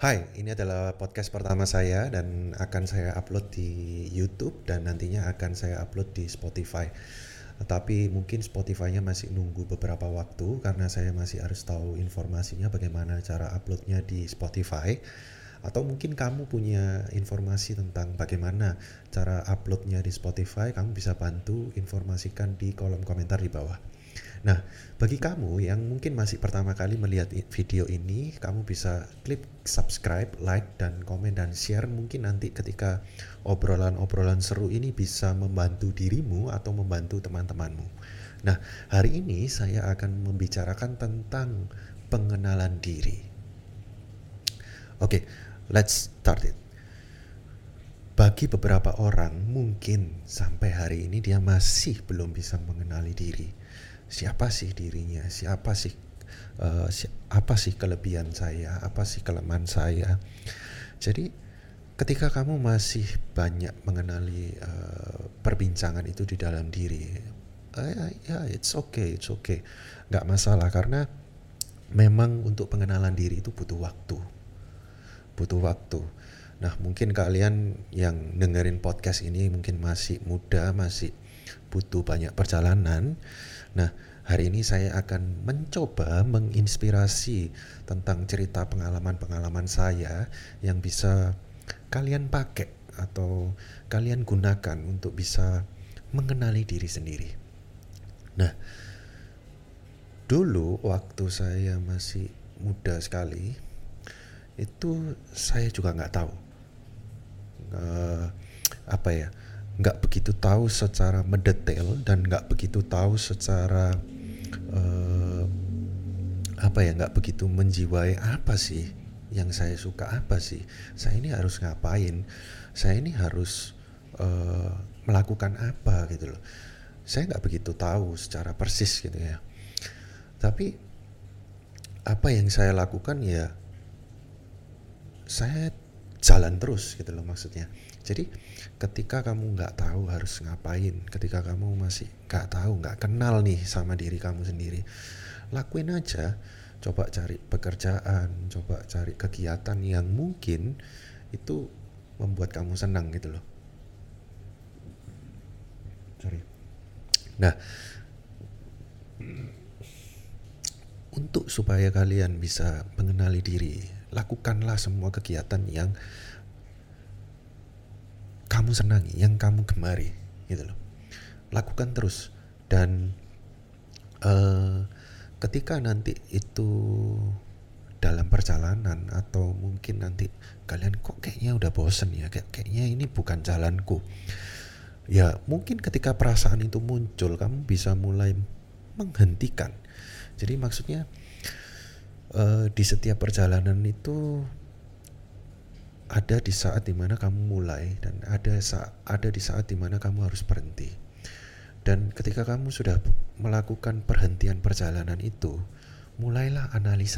Hai, ini adalah podcast pertama saya dan akan saya upload di YouTube dan nantinya akan saya upload di Spotify. Tapi mungkin Spotify-nya masih nunggu beberapa waktu karena saya masih harus tahu informasinya bagaimana cara uploadnya di Spotify. Atau mungkin kamu punya informasi tentang bagaimana cara uploadnya di Spotify, kamu bisa bantu informasikan di kolom komentar di bawah. Nah, bagi kamu yang mungkin masih pertama kali melihat video ini, kamu bisa klik subscribe, like, dan komen dan share. Mungkin nanti ketika obrolan-obrolan seru ini bisa membantu dirimu atau membantu teman-temanmu. Nah, hari ini saya akan membicarakan tentang pengenalan diri. Oke, let's start it. Bagi beberapa orang, mungkin sampai hari ini dia masih belum bisa mengenali diri. Siapa sih dirinya? Apa sih kelebihan saya? Apa sih kelemahan saya? Jadi, ketika kamu masih banyak mengenali perbincangan itu di dalam diri, ya it's okay, nggak masalah karena memang untuk pengenalan diri itu butuh waktu. Nah, mungkin kalian yang dengerin podcast ini mungkin masih muda, masih butuh banyak perjalanan. Nah, hari ini saya akan mencoba menginspirasi tentang cerita pengalaman-pengalaman saya yang bisa kalian pakai atau kalian gunakan untuk bisa mengenali diri sendiri. Nah, dulu waktu saya masih muda sekali, itu saya juga nggak tahu apa ya, nggak begitu tahu secara mendetail dan nggak begitu tahu secara nggak begitu menjiwai apa sih yang saya suka, apa sih saya ini harus ngapain, saya ini harus melakukan apa gitu loh. Saya nggak begitu tahu secara persis gitu ya. Tapi apa yang saya lakukan ya saya jalan terus gitu loh maksudnya. Jadi ketika kamu nggak tahu harus ngapain, ketika kamu masih nggak tahu, nggak kenal nih sama diri kamu sendiri, lakuin aja. Coba cari pekerjaan, coba cari kegiatan yang mungkin itu membuat kamu senang gitu loh. Nah, untuk supaya kalian bisa mengenali diri, lakukanlah semua kegiatan yang kamu senangi, yang kamu gemari gitu loh. Lakukan terus dan ketika nanti itu dalam perjalanan atau mungkin nanti kalian kok kayaknya udah bosen ya, kayaknya ini bukan jalanku. Ya mungkin ketika perasaan itu muncul, kamu bisa mulai menghentikan. Jadi maksudnya di setiap perjalanan itu ada di saat dimana kamu mulai dan ada di saat dimana kamu harus berhenti. Dan ketika kamu sudah melakukan perhentian perjalanan itu, mulailah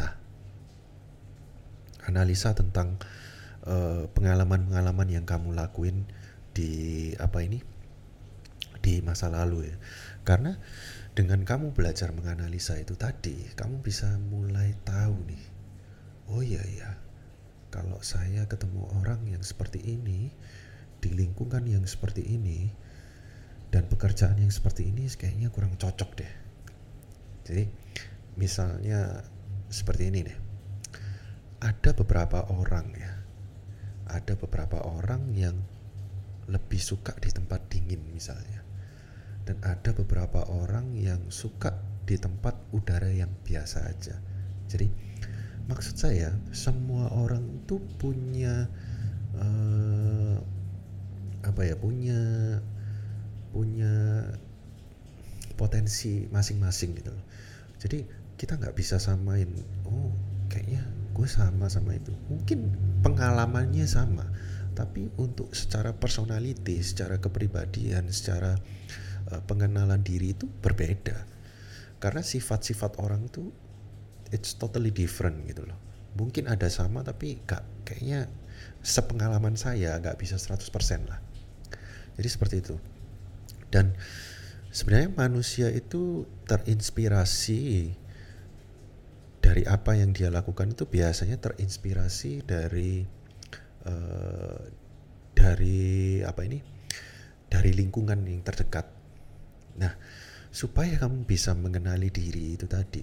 analisa tentang pengalaman-pengalaman yang kamu lakuin di di masa lalu ya. Karena dengan kamu belajar menganalisa itu tadi, kamu bisa mulai tahu nih, oh iya ya, kalau saya ketemu orang yang seperti ini, di lingkungan yang seperti ini, dan pekerjaan yang seperti ini kayaknya kurang cocok deh. Jadi misalnya seperti ini deh, ada beberapa orang yang lebih suka di tempat dingin misalnya, dan ada beberapa orang yang suka di tempat udara yang biasa aja. Jadi maksud saya semua orang itu punya punya potensi masing-masing gitu loh. Jadi kita nggak bisa samain, oh kayaknya gue sama itu. Mungkin pengalamannya sama, tapi untuk secara personality, secara kepribadian, secara pengenalan diri itu berbeda. Karena sifat-sifat orang tuh it's totally different gitu loh. Mungkin ada sama tapi kayaknya sepengalaman saya nggak bisa 100% lah. Jadi seperti itu. Dan sebenarnya manusia itu terinspirasi dari apa yang dia lakukan itu biasanya terinspirasi eh, dari apa ini? Dari lingkungan yang terdekat. Nah, supaya kamu bisa mengenali diri itu tadi,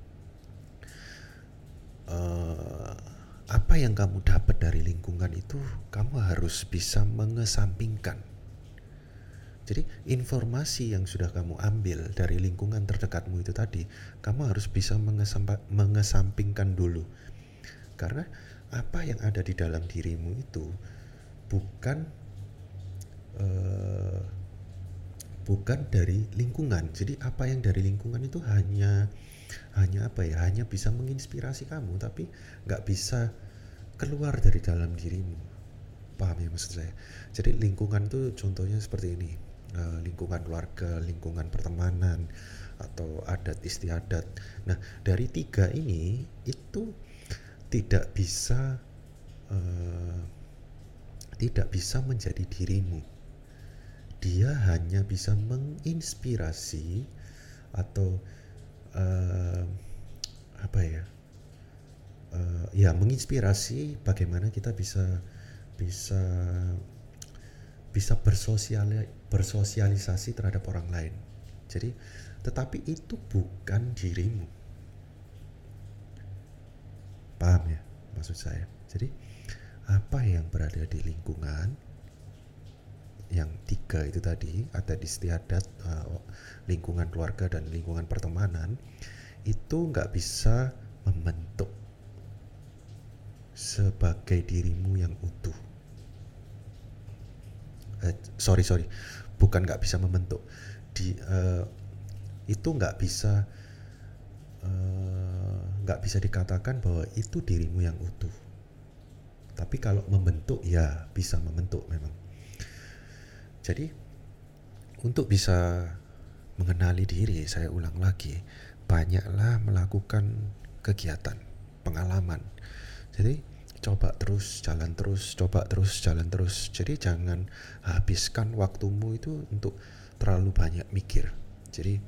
eh, apa yang kamu dapat dari lingkungan itu, kamu harus bisa mengesampingkan. Jadi informasi yang sudah kamu ambil dari lingkungan terdekatmu itu tadi, kamu harus bisa mengesampingkan dulu. Karena apa yang ada di dalam dirimu itu bukan eh, bukan dari lingkungan. Jadi apa yang dari lingkungan itu hanya apa ya? Hanya bisa menginspirasi kamu, tapi nggak bisa keluar dari dalam dirimu. Paham ya maksud saya? Jadi lingkungan itu contohnya seperti ini. Lingkungan keluarga, lingkungan pertemanan, atau adat istiadat. Nah, dari tiga ini itu tidak bisa eh, tidak bisa menjadi dirimu. Dia hanya bisa menginspirasi atau eh, apa ya? Ya menginspirasi bagaimana kita bisa bisa bisa bersosialisasi terhadap orang lain. Jadi, tetapi itu bukan dirimu. Paham ya maksud saya? Jadi, apa yang berada di lingkungan yang tiga itu tadi, adat istiadat, lingkungan keluarga dan lingkungan pertemanan, itu nggak bisa membentuk sebagai dirimu yang utuh. Sorry, bukan nggak bisa membentuk. Itu nggak bisa dikatakan bahwa itu dirimu yang utuh. Tapi kalau membentuk, ya bisa membentuk memang. Jadi untuk bisa mengenali diri, saya ulang lagi, banyaklah melakukan kegiatan, pengalaman. Jadi coba terus, jalan terus, coba terus, jalan terus. Jadi jangan habiskan waktumu itu untuk terlalu banyak mikir. Jadi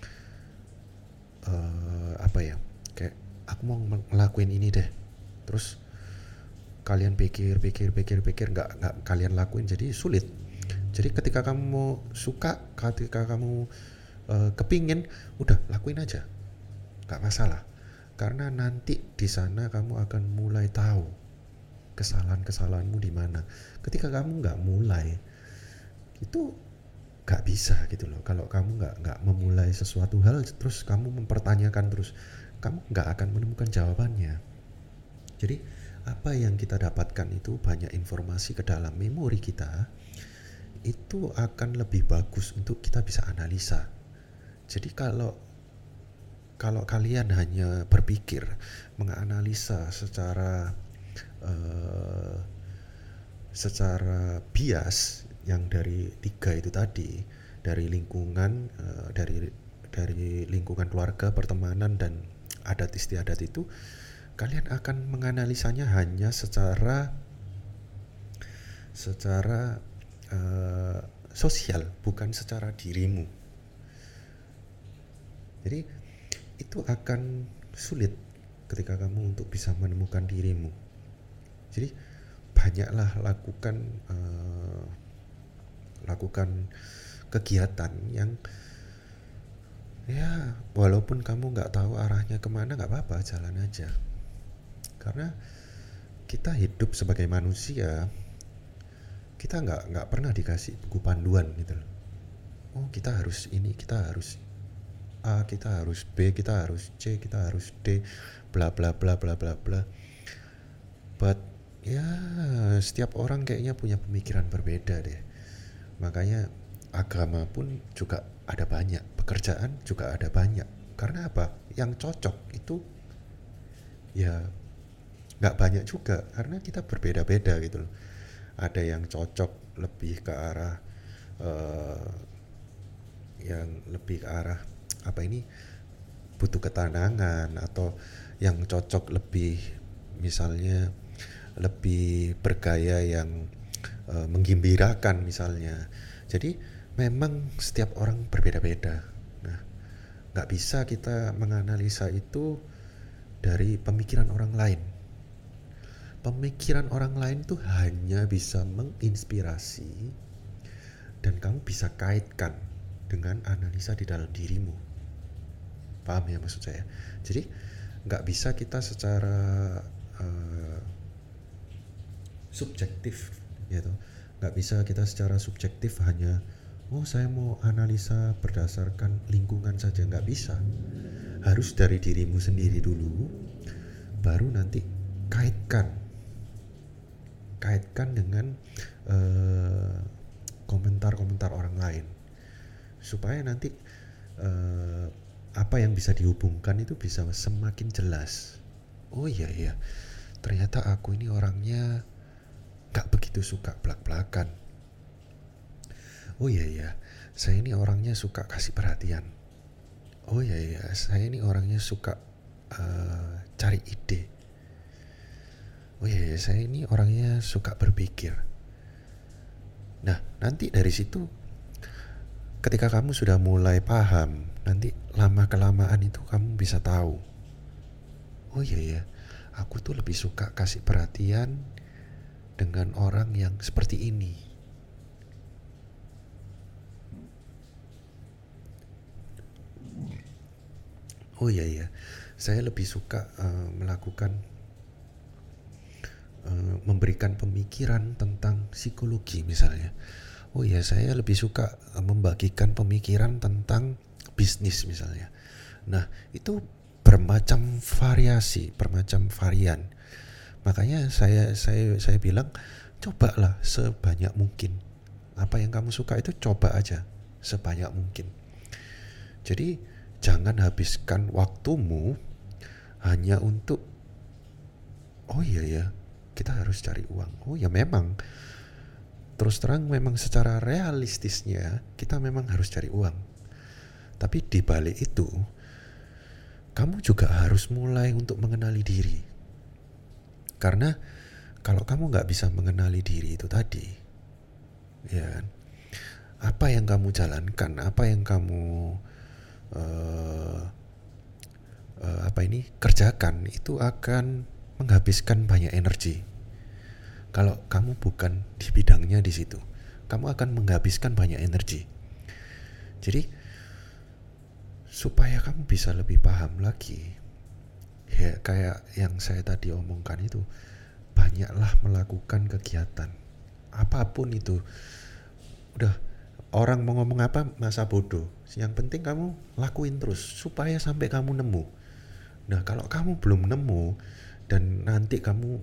apa ya, kayak aku mau ngelakuin ini deh, terus kalian pikir, nggak kalian lakuin, jadi sulit. Jadi ketika kamu suka, ketika kamu kepingin, udah lakuin aja, nggak masalah. Karena nanti di sana kamu akan mulai tahu kesalahan-kesalahanmu di mana. Ketika kamu nggak mulai, itu nggak bisa gitu loh. Kalau kamu nggak memulai sesuatu hal, terus kamu mempertanyakan terus, kamu nggak akan menemukan jawabannya. Jadi apa yang kita dapatkan itu banyak informasi ke dalam memori kita, itu akan lebih bagus untuk kita bisa analisa. Jadi kalau kalian hanya berpikir, menganalisa uh, secara bias yang dari tiga itu tadi, dari lingkungan, dari lingkungan keluarga, pertemanan, dan adat istiadat itu, kalian akan menganalisanya hanya secara sosial, bukan secara dirimu. Jadi itu akan sulit ketika kamu untuk bisa menemukan dirimu. Jadi banyaklah lakukan kegiatan yang, ya walaupun kamu nggak tahu arahnya kemana, nggak apa-apa, jalan aja. Karena kita hidup sebagai manusia, kita nggak pernah dikasih buku panduan gitu loh. Oh kita harus ini, kita harus A, kita harus B, kita harus C, kita harus D, bla bla bla bla bla bla. But ya setiap orang kayaknya punya pemikiran berbeda deh. Makanya agama pun juga ada banyak, pekerjaan juga ada banyak. Karena apa? Yang cocok itu ya nggak banyak juga, karena kita berbeda-beda gitu loh. Ada yang cocok lebih ke arah yang lebih ke arah apa ini, butuh ketenangan, atau yang cocok lebih misalnya lebih bergaya yang menggembirakan misalnya. Jadi memang setiap orang berbeda-beda. Nah, nggak bisa kita menganalisa itu dari pemikiran orang lain. Pemikiran orang lain tuh hanya bisa menginspirasi dan kamu bisa kaitkan dengan analisa di dalam dirimu. Paham ya maksud saya? Jadi nggak bisa kita secara subjektif gitu. Nggak bisa kita secara subjektif hanya saya mau analisa berdasarkan lingkungan saja, nggak bisa. Harus dari dirimu sendiri dulu, baru nanti kaitkan dengan komentar-komentar orang lain, supaya nanti apa yang bisa dihubungkan itu bisa semakin jelas. Oh iya, ternyata aku ini orangnya gak begitu suka belak-belakan. Oh iya, saya ini orangnya suka kasih perhatian. Oh iya, saya ini orangnya suka cari ide. Oh iya, saya ini orangnya suka berpikir. Nah, nanti dari situ ketika kamu sudah mulai paham, nanti lama-kelamaan itu kamu bisa tahu. Oh iya, aku tuh lebih suka kasih perhatian dengan orang yang seperti ini. Oh iya, saya lebih suka melakukan memberikan pemikiran tentang psikologi misalnya. Oh iya, saya lebih suka membagikan pemikiran tentang bisnis misalnya. Nah, itu bermacam variasi, bermacam varian. Makanya saya bilang, cobalah sebanyak mungkin. Apa yang kamu suka itu coba aja sebanyak mungkin. Jadi jangan habiskan waktumu hanya untuk kita harus cari uang. Oh ya, memang terus terang memang secara realistisnya kita memang harus cari uang. Tapi di balik itu kamu juga harus mulai untuk mengenali diri. Karena kalau kamu nggak bisa mengenali diri itu tadi, ya kan, apa yang kamu jalankan, apa yang kamu kerjakan itu akan menghabiskan banyak energi. Kalau kamu bukan di bidangnya di situ, kamu akan menghabiskan banyak energi. Jadi supaya kamu bisa lebih paham lagi, ya kayak yang saya tadi omongkan itu, banyaklah melakukan kegiatan apapun itu. Udah, orang mau ngomong apa masa bodoh, yang penting kamu lakuin terus supaya sampai kamu nemu. Nah, kalau kamu belum nemu dan nanti kamu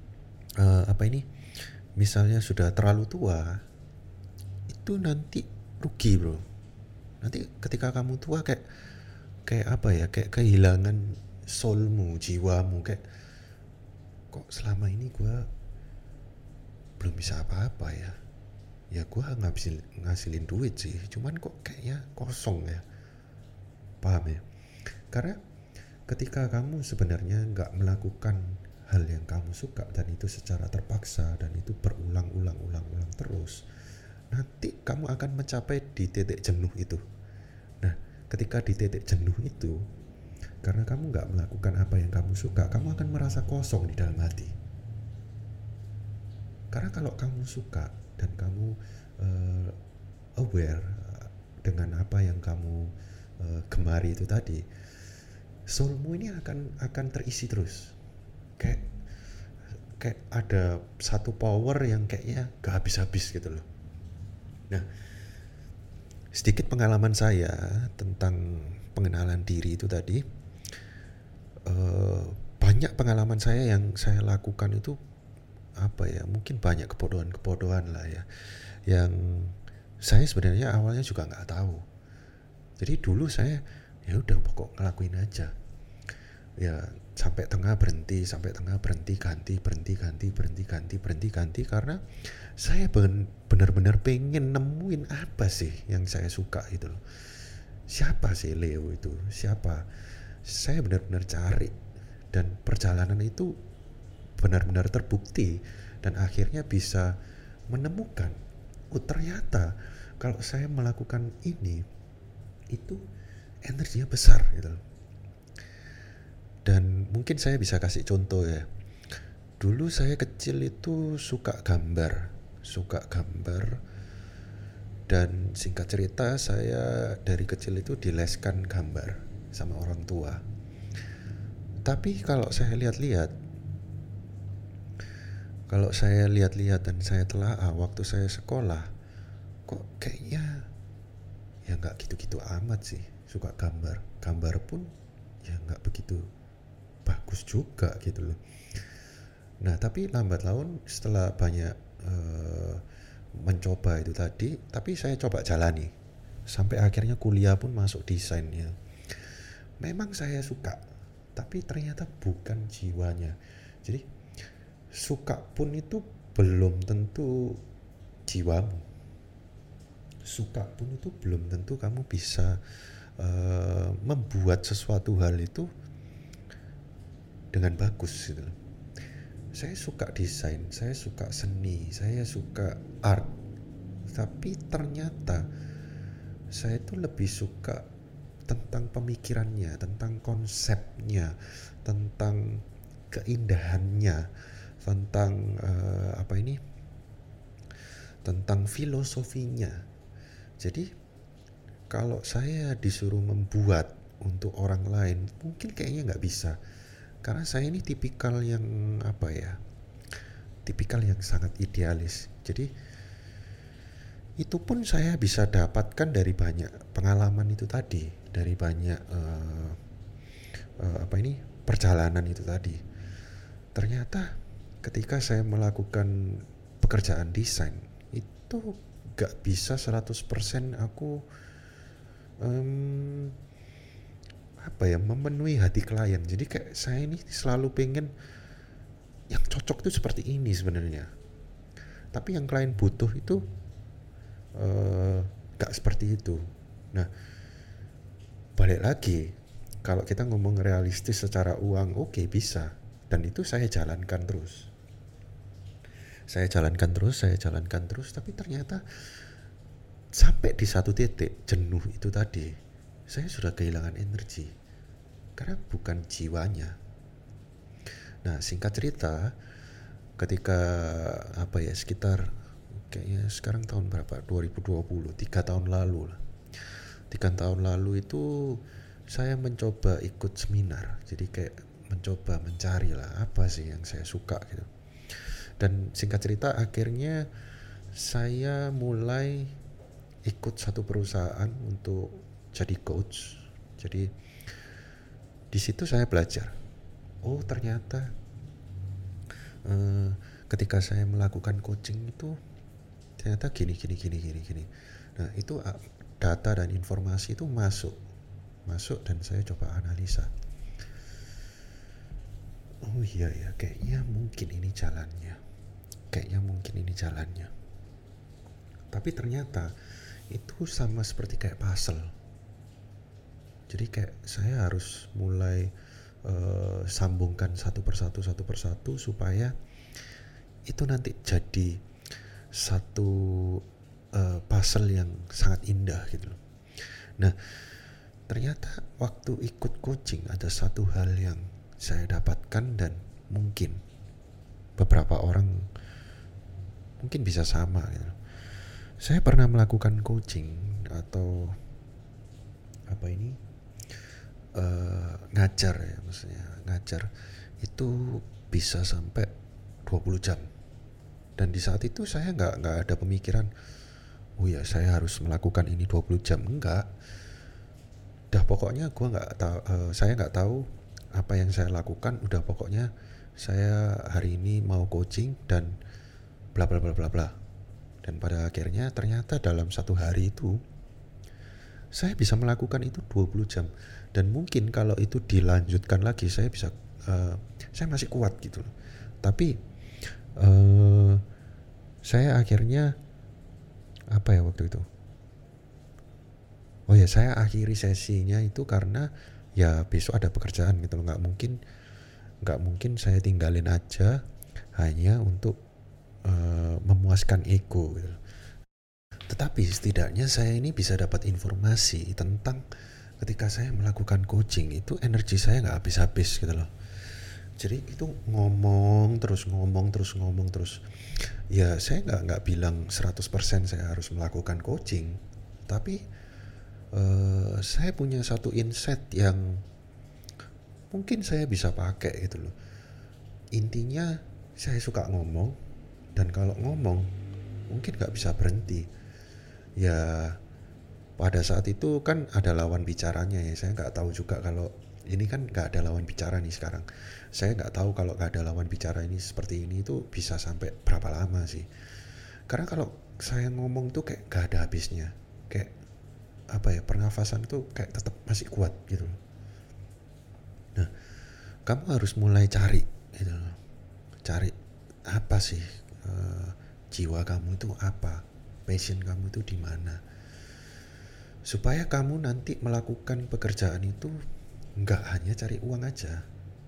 misalnya sudah terlalu tua, itu nanti rugi, bro. Nanti ketika kamu tua kayak kayak kehilangan soulmu, jiwamu, kayak kok selama ini gue belum bisa apa-apa ya. Ya gue ngasilin duit sih, cuman kok kayaknya kosong ya. Paham ya? Karena ketika kamu sebenarnya nggak melakukan hal yang kamu suka dan itu secara terpaksa dan itu berulang-ulang terus, nanti kamu akan mencapai di titik jenuh itu. Nah, ketika di titik jenuh itu, karena kamu nggak melakukan apa yang kamu suka, kamu akan merasa kosong di dalam hati. Karena kalau kamu suka dan kamu aware dengan apa yang kamu gemari itu tadi, soulmu ini akan terisi terus. Kayak ada satu power yang kayaknya gak habis-habis gitu loh. Nah, sedikit pengalaman saya tentang pengenalan diri itu tadi. Banyak pengalaman saya yang saya lakukan itu mungkin banyak kebodohan lah ya, yang saya sebenarnya awalnya juga nggak tahu. Jadi dulu saya ya udah pokok ngelakuin aja ya, sampai tengah berhenti, ganti, karena saya benar-benar pengen nemuin apa sih yang saya suka gitu loh. Siapa sih Leo itu, siapa? Saya benar-benar cari, dan perjalanan itu benar-benar terbukti dan akhirnya bisa menemukan, ternyata kalau saya melakukan ini itu energinya besar gitu loh. Dan mungkin saya bisa kasih contoh ya. Dulu saya kecil itu suka gambar, dan singkat cerita saya dari kecil itu dileskan gambar sama orang tua. Tapi kalau saya lihat-lihat dan saya telaah waktu saya sekolah, kok kayaknya ya nggak gitu-gitu amat sih suka gambar. Gambar pun ya nggak begitu bagus juga gitu loh. Nah, tapi lambat laun setelah banyak mencoba itu tadi, tapi saya coba jalani. Sampai akhirnya kuliah pun masuk desainnya. Memang saya suka, tapi ternyata bukan jiwanya. Jadi, suka pun itu belum tentu jiwamu. Suka pun itu belum tentu kamu bisa membuat sesuatu hal itu dengan bagus gitu. Saya suka desain, saya suka seni, saya suka art, tapi ternyata saya itu lebih suka tentang pemikirannya, tentang konsepnya, tentang keindahannya, tentang tentang filosofinya. Jadi kalau saya disuruh membuat untuk orang lain, mungkin kayaknya nggak bisa. Karena saya ini tipikal yang sangat idealis. Jadi itu pun saya bisa dapatkan dari banyak pengalaman itu tadi, dari banyak perjalanan itu tadi. Ternyata ketika saya melakukan pekerjaan desain itu gak bisa 100% aku memenuhi hati klien. Jadi kayak saya ini selalu pengen yang cocok itu seperti ini sebenarnya, tapi yang klien butuh itu gak seperti itu. Nah, balik lagi, kalau kita ngomong realistis secara uang, oke, bisa, dan itu saya jalankan terus, tapi ternyata sampai di satu titik jenuh itu tadi, saya sudah kehilangan energi karena bukan jiwanya. Nah, singkat cerita, ketika sekitar kayaknya sekarang tahun berapa, 2020, 3 tahun lalu lah. 3 tahun lalu itu saya mencoba ikut seminar, jadi kayak mencoba mencari lah apa sih yang saya suka gitu. Dan singkat cerita akhirnya saya mulai ikut satu perusahaan untuk jadi coach. Jadi di situ saya belajar, oh ternyata ketika saya melakukan coaching itu ternyata gini. Nah, itu data dan informasi itu masuk dan saya coba analisa. Oh iya ya, kayaknya mungkin ini jalannya. Tapi ternyata itu sama seperti kayak puzzle. Jadi kayak saya harus mulai sambungkan satu persatu supaya itu nanti jadi satu puzzle yang sangat indah gitu loh. Nah, ternyata waktu ikut coaching ada satu hal yang saya dapatkan dan mungkin beberapa orang mungkin bisa sama gitu. Saya pernah melakukan coaching atau ngajar itu bisa sampai 20 jam. Dan di saat itu saya nggak ada pemikiran, oh ya saya harus melakukan ini 20 jam, enggak. Udah pokoknya saya nggak tahu apa yang saya lakukan, udah pokoknya saya hari ini mau coaching dan bla bla bla bla bla. Dan pada akhirnya ternyata dalam satu hari itu saya bisa melakukan itu 20 jam. Dan mungkin kalau itu dilanjutkan lagi saya masih kuat gitu loh. Tapi saya akhirnya waktu itu, saya akhiri sesinya itu karena ya besok ada pekerjaan gitu loh. Nggak mungkin saya tinggalin aja hanya untuk memuaskan ego gitu. Tetapi setidaknya saya ini bisa dapat informasi tentang ketika saya melakukan coaching itu energi saya nggak habis-habis gitu loh. Jadi itu ngomong terus. Ya saya nggak bilang 100% saya harus melakukan coaching, tapi saya punya satu insight yang mungkin saya bisa pakai gitu loh. Intinya saya suka ngomong, dan kalau ngomong mungkin nggak bisa berhenti. Ya pada saat itu kan ada lawan bicaranya ya, saya nggak tahu juga kalau ini kan nggak ada lawan bicara nih sekarang. Saya nggak tahu kalau nggak ada lawan bicara ini seperti ini itu bisa sampai berapa lama sih. Karena kalau saya ngomong tuh kayak nggak ada habisnya. Kayak apa ya, pernafasan tuh kayak tetap masih kuat gitu. Nah, kamu harus mulai cari gitu. Cari apa sih, jiwa kamu itu apa, passion kamu itu di mana, supaya kamu nanti melakukan pekerjaan itu nggak hanya cari uang aja.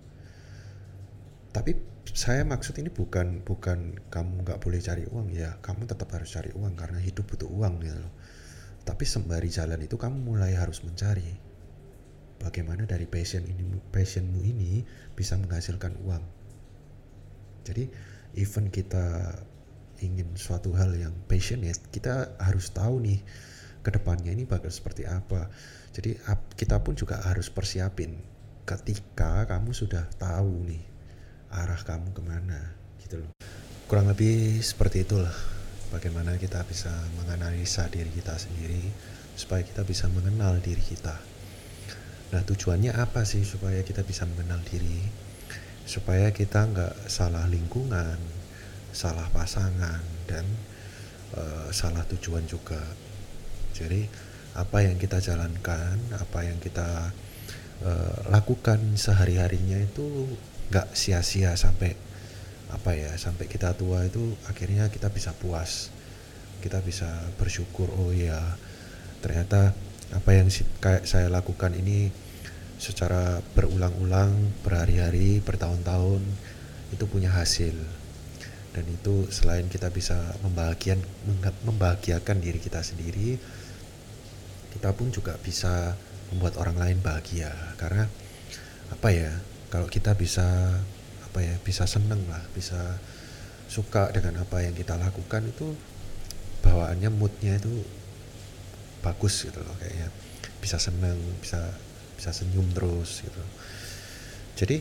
Tapi saya maksud ini bukan bukan kamu nggak boleh cari uang, ya kamu tetap harus cari uang karena hidup butuh uang gitu loh. Tapi sembari jalan itu kamu mulai harus mencari bagaimana dari passionmu ini bisa menghasilkan uang. Jadi even kita ingin suatu hal yang passionate, kita harus tahu nih kedepannya ini bakal seperti apa. Jadi kita pun juga harus persiapin ketika kamu sudah tahu nih arah kamu kemana gitu loh. Kurang lebih seperti itulah bagaimana kita bisa menganalisa diri kita sendiri supaya kita bisa mengenal diri kita. Nah, tujuannya apa sih supaya kita bisa mengenal diri? Supaya kita nggak salah lingkungan, salah pasangan, dan salah tujuan juga. Jadi apa yang kita jalankan, apa yang kita lakukan sehari-harinya itu nggak sia-sia sampai sampai kita tua itu akhirnya kita bisa puas, kita bisa bersyukur, oh ya ternyata apa yang kayak saya lakukan ini secara berulang-ulang, berhari-hari, bertahun-tahun itu punya hasil. Dan itu selain kita bisa membahagiakan diri kita sendiri, kita pun juga bisa membuat orang lain bahagia. Karena kalau kita bisa bisa seneng lah, bisa suka dengan apa yang kita lakukan, itu bawaannya, moodnya itu bagus gitu loh, kayaknya bisa seneng, bisa senyum terus gitu. Jadi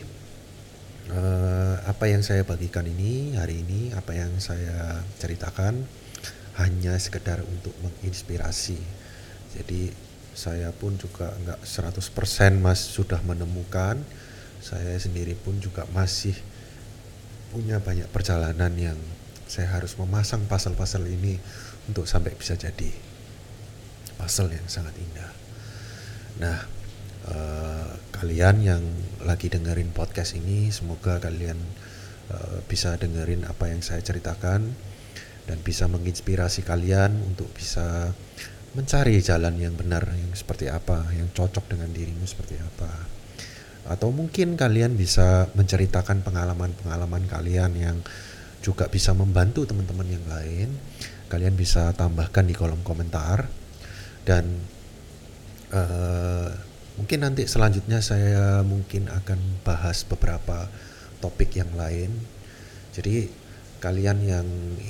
apa yang saya bagikan ini hari ini, apa yang saya ceritakan hanya sekedar untuk menginspirasi. Jadi saya pun juga nggak 100% mas sudah menemukan. Saya sendiri pun juga masih punya banyak perjalanan yang saya harus memasang puzzle-puzzle ini untuk sampai bisa jadi puzzle yang sangat indah. Nah, kalian yang lagi dengerin podcast ini, semoga kalian bisa dengerin apa yang saya ceritakan dan bisa menginspirasi kalian untuk bisa mencari jalan yang benar, yang seperti apa, yang cocok dengan dirimu seperti apa. Atau mungkin kalian bisa menceritakan pengalaman-pengalaman kalian yang juga bisa membantu teman-teman yang lain. Kalian bisa tambahkan di kolom komentar. Dan mungkin nanti selanjutnya saya mungkin akan bahas beberapa topik yang lain. Jadi kalian yang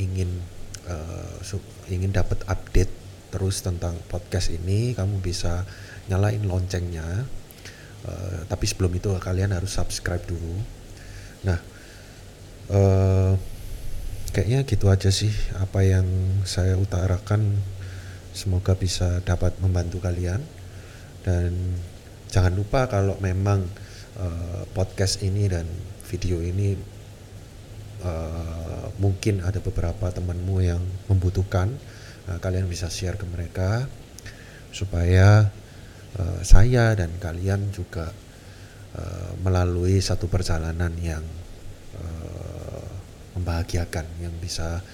ingin dapat update terus tentang podcast ini, kamu bisa nyalain loncengnya. Tapi sebelum itu kalian harus subscribe dulu. Nah, kayaknya gitu aja sih apa yang saya utarakan. Semoga bisa dapat membantu kalian. Dan jangan lupa kalau memang podcast ini dan video ini mungkin ada beberapa temanmu yang membutuhkan, kalian bisa share ke mereka supaya saya dan kalian juga melalui satu perjalanan yang membahagiakan, yang bisa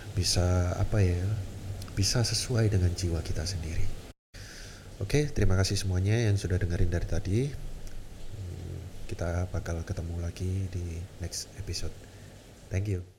bisa sesuai dengan jiwa kita sendiri. Oke, terima kasih semuanya yang sudah dengerin dari tadi. Kita bakal ketemu lagi di next episode. Thank you.